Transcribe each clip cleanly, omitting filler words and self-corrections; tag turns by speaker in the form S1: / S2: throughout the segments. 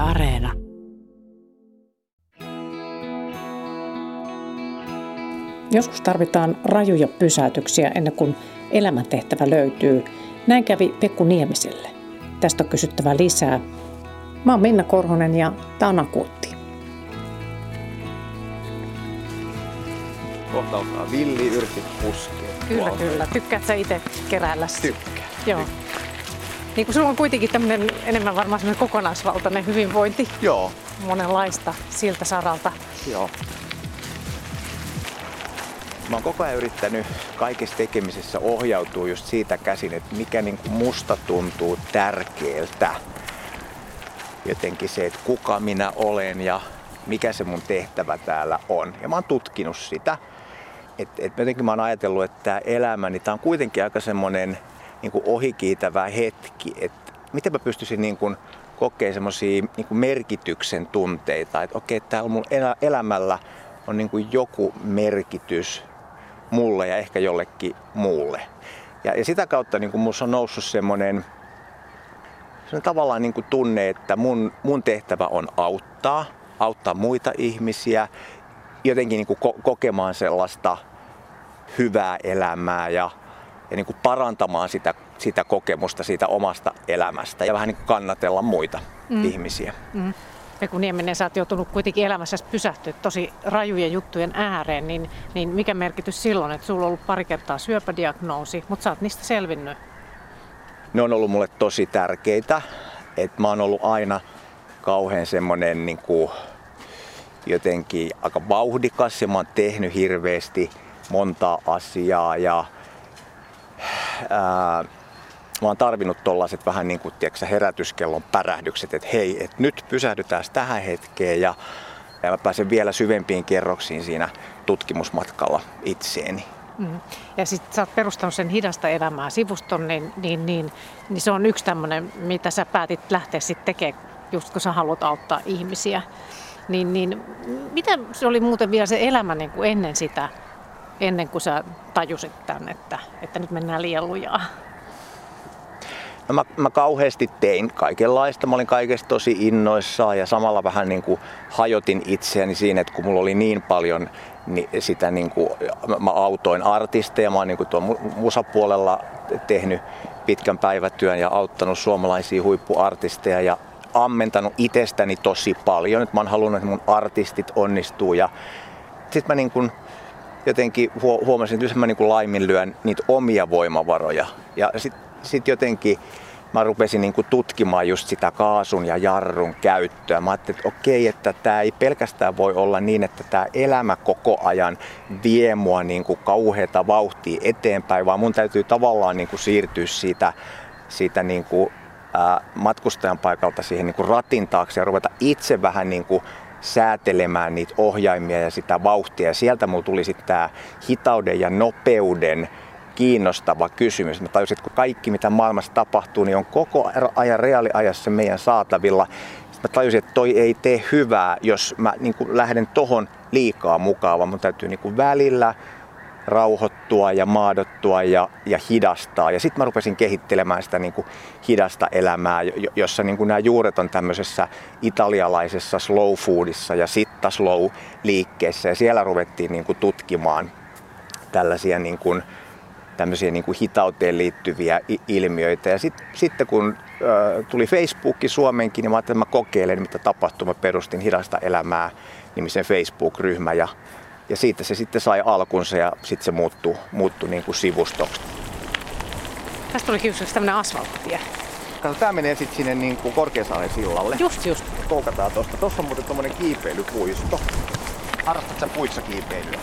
S1: Areena.
S2: Joskus tarvitaan rajuja pysäytyksiä ennen kuin elämäntehtävä löytyy. Näin kävi Pekku Niemiselle. Tästä on kysyttävä lisää. Mä oon Minna Korhonen ja tää on Akuutti.
S3: Kohta alkaa villiyrtit puskea.
S2: Kyllä. Tykkäät sä itse keräillä?
S3: Tykkään.
S2: Joo. Niin kuin sulla on kuitenkin tämmöinen enemmän varmaan semmoinen kokonaisvaltainen hyvinvointi.
S3: Joo.
S2: Monenlaista siltä saralta.
S3: Joo. Mä oon koko ajan yrittänyt kaikessa tekemisessä ohjautua just siitä käsin, että mikä niin kuin musta tuntuu tärkeältä. Jotenkin se, että kuka minä olen ja mikä se mun tehtävä täällä on. Ja mä oon tutkinut sitä. Jotenkin mä oon ajatellut, että tää elämäni, tää on kuitenkin aika semmonen niin kuin ohikiitävä hetki. Että miten mä pystyisin niin kuin kokea semmosia niin kuin merkityksen tunteita. Että okei, täällä mun elämällä on niin kuin joku merkitys mulle ja ehkä jollekin muulle. Ja sitä kautta niin kuin musta on noussut semmoinen tavallaan niin kuin tunne, että mun tehtävä on auttaa muita ihmisiä, jotenkin niin kuin kokemaan sellaista hyvää elämää ja niin kuin parantamaan sitä kokemusta siitä omasta elämästä ja vähän niin kuin kannatella muita ihmisiä.
S2: Pekku Nieminen, sä oot joutunut kuitenkin elämässäsi pysähtyä tosi rajujen juttujen ääreen, niin mikä merkitys silloin, että sulla on ollut pari kertaa syöpädiagnoosi, mutta sä oot niistä selvinnyt?
S3: Ne on ollut mulle tosi tärkeitä, että mä oon ollut aina kauhean semmonen niin kuin jotenkin aika vauhdikas ja mä oon tehnyt hirveästi montaa asiaa ja mä oon tarvinnut tollaiset vähän niin kuin herätyskellon pärähdykset, että hei, että nyt pysähdytään tähän hetkeen ja mä pääsen vielä syvempiin kerroksiin siinä tutkimusmatkalla itseeni.
S2: Ja sitten sä oot perustanut sen Hidasta elämää -sivuston, niin se on yksi tämmöinen, mitä sä päätit lähteä sitten tekemään, just kun sä haluat auttaa ihmisiä. Niin mitä se oli muuten vielä se elämä niin kuin ennen kuin sä tajusit tämän, että nyt mennään liian lujaa?
S3: No mä kauheasti tein kaikenlaista. Mä olin kaikesta tosi innoissaan ja samalla vähän niin kuin hajotin itseäni siinä, että kun mulla oli niin paljon sitä niin kuin, mä autoin artisteja. Mä oon niin kuin tuon musapuolella tehnyt pitkän päivätyön ja auttanut suomalaisia huippuartisteja ja ammentanut itsestäni tosi paljon. Nyt mä oon halunnut, että mun artistit onnistuu ja sit mä niin kuin jotenkin huomasin, että mä niin kuin laiminlyön niitä omia voimavaroja ja sit jotenkin mä rupesin niin kuin tutkimaan just sitä kaasun ja jarrun käyttöä. Mä ajattelin, että okei, että tää ei pelkästään voi olla niin, että tää elämä koko ajan vie mua niin kuin kauheata vauhtia eteenpäin, vaan mun täytyy tavallaan niin kuin siirtyä siitä niin kuin, matkustajan paikalta siihen niin kuin ratin taakse ja ruveta itse vähän niin kuin säätelemään niitä ohjaimia ja sitä vauhtia. Ja sieltä mulla tuli sitten tää hitauden ja nopeuden kiinnostava kysymys. Mä tajusin, että kun kaikki mitä maailmassa tapahtuu, niin on koko ajan reaaliajassa meidän saatavilla. Sitten mä tajusin, että toi ei tee hyvää, jos mä niin kuin lähden tohon liikaa mukaan, vaan mun täytyy niin kuin välillä rauhoittua ja maadottua ja hidastaa. Ja sitten mä rupesin kehittelemään sitä niin kuin hidasta elämää, jossa niin kuin nämä juuret on tämmöisessä italialaisessa slow foodissa ja sitta slow liikkeessä. Ja siellä ruvettiin niin kuin tutkimaan tällaisia niin kuin tämmöisiä niin kuin hitauteen liittyviä ilmiöitä. Ja sitten kun tuli Facebookki Suomeenkin, niin mä ajattelin, että mä kokeilen, mitä tapahtuu. Mä perustin Hidasta elämää -nimisen Facebook-ryhmä ja siitä se sitten sai alkunsa ja sitten se muuttui niin kuin sivustoksi.
S2: Tästä tuli kysyksi tämmönen asfalttitie.
S3: Kato, tää menee sitten sinne niin kuin Korkeasaaren sillalle.
S2: Just.
S3: Koukataan tosta. Tossa on muuten tommonen kiipeilypuisto. Harrastat sä puissa kiipeilyä?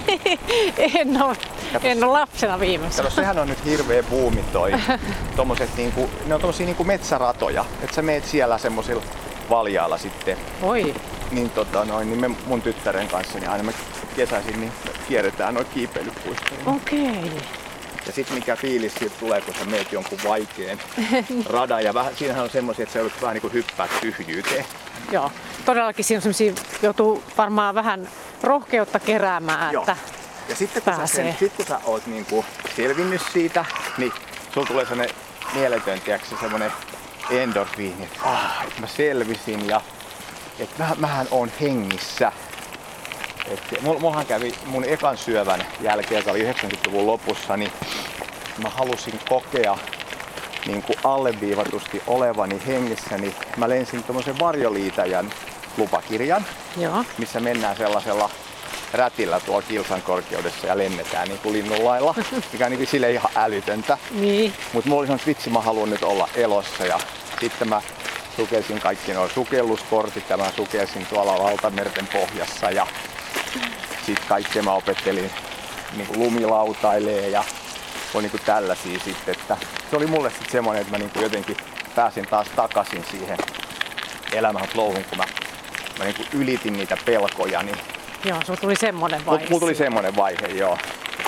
S2: En ole lapsena viimeksi.
S3: Kato, sehän on nyt hirveä buumi toi. Tommoset niinku, ne on tommosia niinku metsäratoja. Et sä meet siellä semmosilla valjailla sitten.
S2: Oi.
S3: Niin, niin me mun tyttären kanssa niin aina me kesäisin niin kierretään noin kiipeilypuistoja.
S2: Okei.
S3: Ja sit mikä fiilis siitä tulee, kun sä meet jonkun vaikean radan. Ja siinähän on semmosia, että sä joudut vähän niinku hyppää tyhjyyteen.
S2: Joo, todellakin siinä on semmosia, joutuu varmaan vähän rohkeutta keräämään,
S3: joo.
S2: Että
S3: ja sitten kun sä oot niinku selvinnyt siitä, niin sulla tulee sellainen mieletön, semmoinen endorfiini, että mä selvisin ja että mähän on hengissä. Mullahan kävi mun ekan syövän jälkeen, joka oli 90-luvun lopussa, niin mä halusin kokea niin kuin alleviivatusti olevani hengissä, niin mä lensin tommosen varjoliitäjän lupakirjan, joo, missä mennään sellaisella rätillä tuolla kilsan korkeudessa ja lennetään niin kuin linnunlailla, mikä on niin sille ihan älytöntä. Niin. Mutta mulla oli sanonut, että vitsi, mä haluan nyt olla elossa ja sitten mä sukelsin kaikki nuo sukelluskortit ja mä sukelsin tuolla valtamerten pohjassa ja sitten kaikkea mä opettelin niin kuin lumilautailee ja on niin kuin tällaisia sitten, että se oli mulle sitten semmoinen, että mä niin kuin jotenkin pääsin taas takaisin siihen elämän louhun, kun mä niin kuin ylitin niitä pelkoja. Niin
S2: joo, sulla tuli semmoinen vaihe.
S3: Mulla tuli semmoinen vaihe, joo.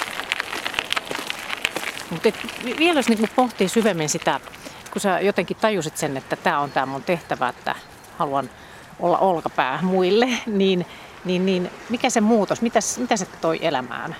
S2: Mutta vielä jos niin pohtii syvemmin sitä, kun sä jotenkin tajusit sen, että tämä on mun tehtävä, että haluan olla olkapää muille, niin mikä se muutos, mitä se toi elämään?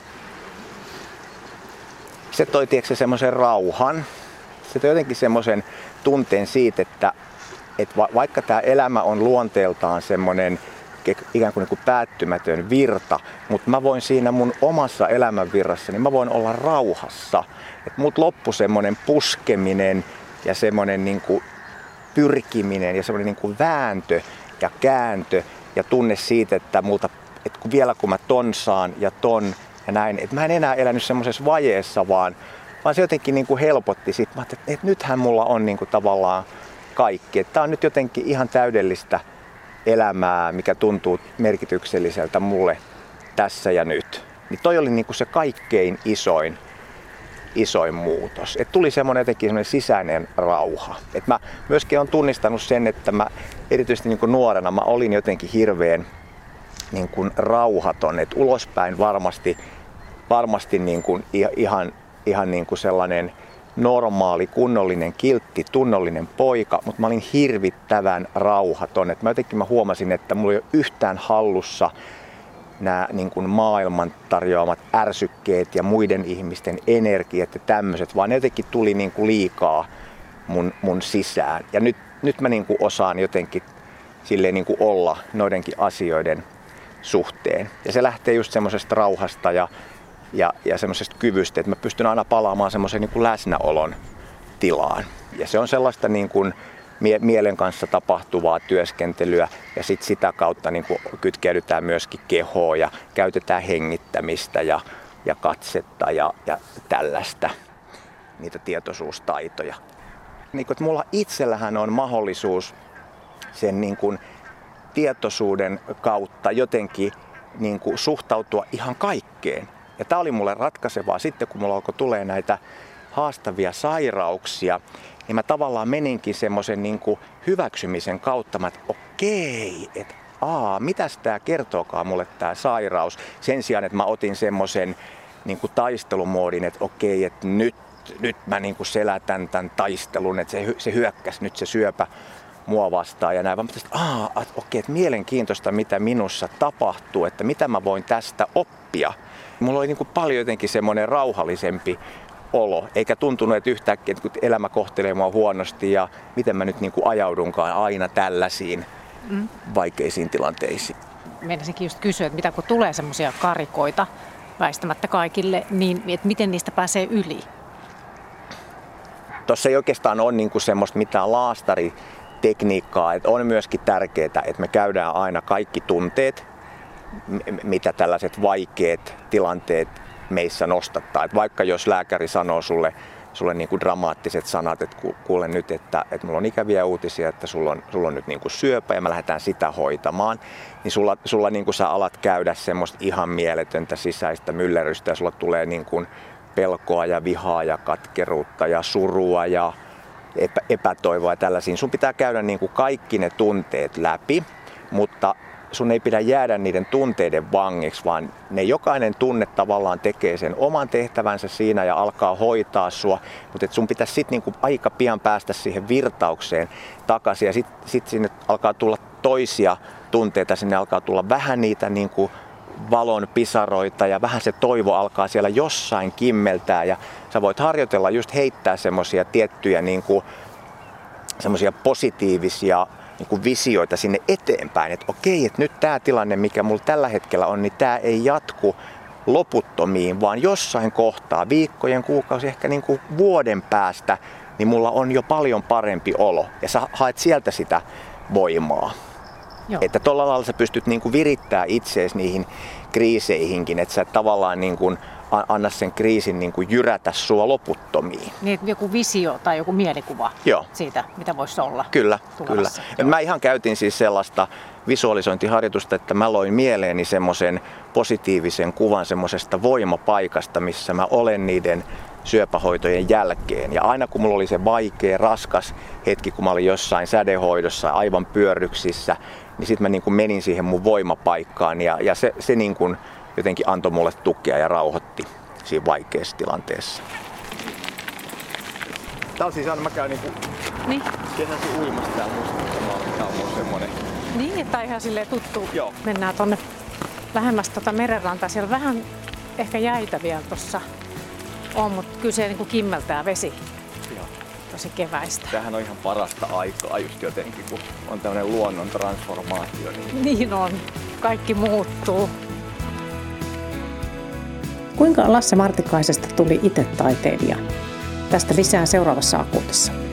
S3: Se toi tietysti semmoisen rauhan. Se toi jotenkin semmoisen tunteen siitä, että vaikka tämä elämä on luonteeltaan semmoinen ikään kuin päättymätön virta, mutta mä voin siinä mun omassa elämänvirrassa, niin mä voin olla rauhassa. Et mut loppui semmoinen puskeminen ja semmoinen niin kuin pyrkiminen ja semmoinen niin kuin vääntö ja kääntö ja tunne siitä, että kun mä ton saan ja ton ja näin, että mä en enää elänyt semmoisessa vajeessa, vaan se jotenkin niin kuin helpotti sit. Mä ajattelin, että nythän mulla on niin kuin tavallaan kaikki. Että tää on nyt jotenkin ihan täydellistä elämää, mikä tuntuu merkitykselliseltä mulle tässä ja nyt. Niin toi oli niin kuin se kaikkein isoin muutos. Et tuli semmoinen jotenkin semmoinen sisäinen rauha. Et mä myöskin olen tunnistanut sen, että mä erityisesti niin kuin nuorena mä olin jotenkin hirveän niin kuin rauhaton. Et ulospäin varmasti niin kuin ihan niin kuin sellainen normaali, kunnollinen, kiltti, tunnollinen poika, mutta mä olin hirvittävän rauhaton. Et mä huomasin, että mulla ei ole yhtään hallussa nämä niin kuin maailman tarjoamat ärsykkeet ja muiden ihmisten energiat ja tämmöiset, vaan ne jotenkin tuli niin kuin liikaa mun sisään. Ja nyt mä niin kuin osaan jotenkin silleen niin kuin olla noidenkin asioiden suhteen. Ja se lähtee just semmoisesta rauhasta ja semmoisesta kyvystä, että mä pystyn aina palaamaan semmoisen niin kuin läsnäolon tilaan. Ja se on sellaista niin kuin mielen kanssa tapahtuvaa työskentelyä ja sitä kautta niin kuin kytkeydytään myöskin kehoon ja käytetään hengittämistä ja katsetta ja tällaista, niitä tietoisuustaitoja. Niin kuin, että mulla itsellähän on mahdollisuus sen niin kuin tietoisuuden kautta jotenkin niin kuin suhtautua ihan kaikkeen. Ja tämä oli mulle ratkaisevaa sitten, kun mulla alkoi tulee näitä haastavia sairauksia, niin mä tavallaan meninkin semmoisen niin kuin hyväksymisen kautta, että okei, että mitäs tää kertookaan mulle tää sairaus. Sen sijaan, että mä otin semmoisen niin kuin taistelumoodin, että okei, että nyt mä niin kuin selätän tämän taistelun, että se hyökkäsi nyt se syöpä mua vastaan ja näin. Vaan että okei, että mielenkiintoista mitä minussa tapahtuu, että mitä mä voin tästä oppia. Mulla oli niin kuin paljon jotenkin semmoinen rauhallisempi olo, eikä tuntunut, että yhtäkkiä että elämä kohtelee mua huonosti ja miten mä nyt niin kuin ajaudunkaan aina tällaisiin vaikeisiin tilanteisiin.
S2: Meinasinkin just kysyä, että mitä kun tulee semmoisia karikoita väistämättä kaikille, niin että miten niistä pääsee yli?
S3: Tuossa ei oikeastaan ole niin kuin semmoista mitään laastaritekniikkaa, että on myöskin tärkeää, että me käydään aina kaikki tunteet, mitä tällaiset vaikeat tilanteet meissä nostattaa. Että vaikka jos lääkäri sanoo sulle niin kuin dramaattiset sanat, että kuule nyt, että mulla on ikäviä uutisia, että sulla on nyt niin kuin syöpä ja me lähdetään sitä hoitamaan, niin sulla niin kuin sä alat käydä semmoista ihan mieletöntä sisäistä myllerrystä ja sulla tulee niin kuin pelkoa ja vihaa ja katkeruutta ja surua ja epätoivoa ja tällaisiin. Sun pitää käydä niin kuin kaikki ne tunteet läpi, mutta sun ei pidä jäädä niiden tunteiden vangiksi, vaan jokainen tunne tavallaan tekee sen oman tehtävänsä siinä ja alkaa hoitaa sua, mutta sun pitäisi sitten niinku aika pian päästä siihen virtaukseen takaisin ja sit sinne alkaa tulla toisia tunteita, sinne alkaa tulla vähän niitä niinku valon pisaroita ja vähän se toivo alkaa siellä jossain kimmeltää ja sä voit harjoitella just heittää semmoisia tiettyjä niinku semmoisia positiivisia niin kuin visioita sinne eteenpäin, että okei, että nyt tämä tilanne, mikä mulla tällä hetkellä on, niin tämä ei jatku loputtomiin, vaan jossain kohtaa, viikkojen, kuukausi, ehkä niin kuin vuoden päästä, niin mulla on jo paljon parempi olo. Ja sä haet sieltä sitä voimaa. Joo. Että tolla lailla sä pystyt niin kuin virittää itseesi niihin kriiseihinkin, että sä tavallaan niin kuin anna sen kriisin niin kuin jyrätä sua loputtomiin.
S2: Niin, joku visio tai joku mielikuva siitä, mitä voisi olla.
S3: Kyllä. Mä ihan käytin siis sellaista visualisointiharjoitusta, että mä loin mieleeni semmoisen positiivisen kuvan semmoisesta voimapaikasta, missä mä olen niiden syöpähoitojen jälkeen. Ja aina kun mulla oli se vaikea, raskas hetki, kun mä olin jossain sädehoidossa, aivan pyörryksissä, niin sitten mä niin kuin menin siihen mun voimapaikkaan ja se niin kuin jotenkin antoi mulle tukea ja rauhoitti siinä vaikeassa tilanteessa. Tää on siis aina, mä käyn kesäsi uimassa täällä Mustamalla. Tää on mulla semmonen.
S2: Niin, että on ihan silleen tuttu.
S3: Joo.
S2: Mennään tonne lähemmäs merenrantaa. Siellä vähän ehkä jäitä vielä tossa on, mutta kyllä se niinku kimmeltää vesi.
S3: Joo.
S2: Tosi keväistä.
S3: Tämähän on ihan parasta aikaa just jotenkin, kun on tämmönen luonnon transformaatio.
S2: Niin on. Kaikki muuttuu. Kuinka Lasse Martikaisesta tuli itse taiteilija? Tästä lisää seuraavassa Akuutissa.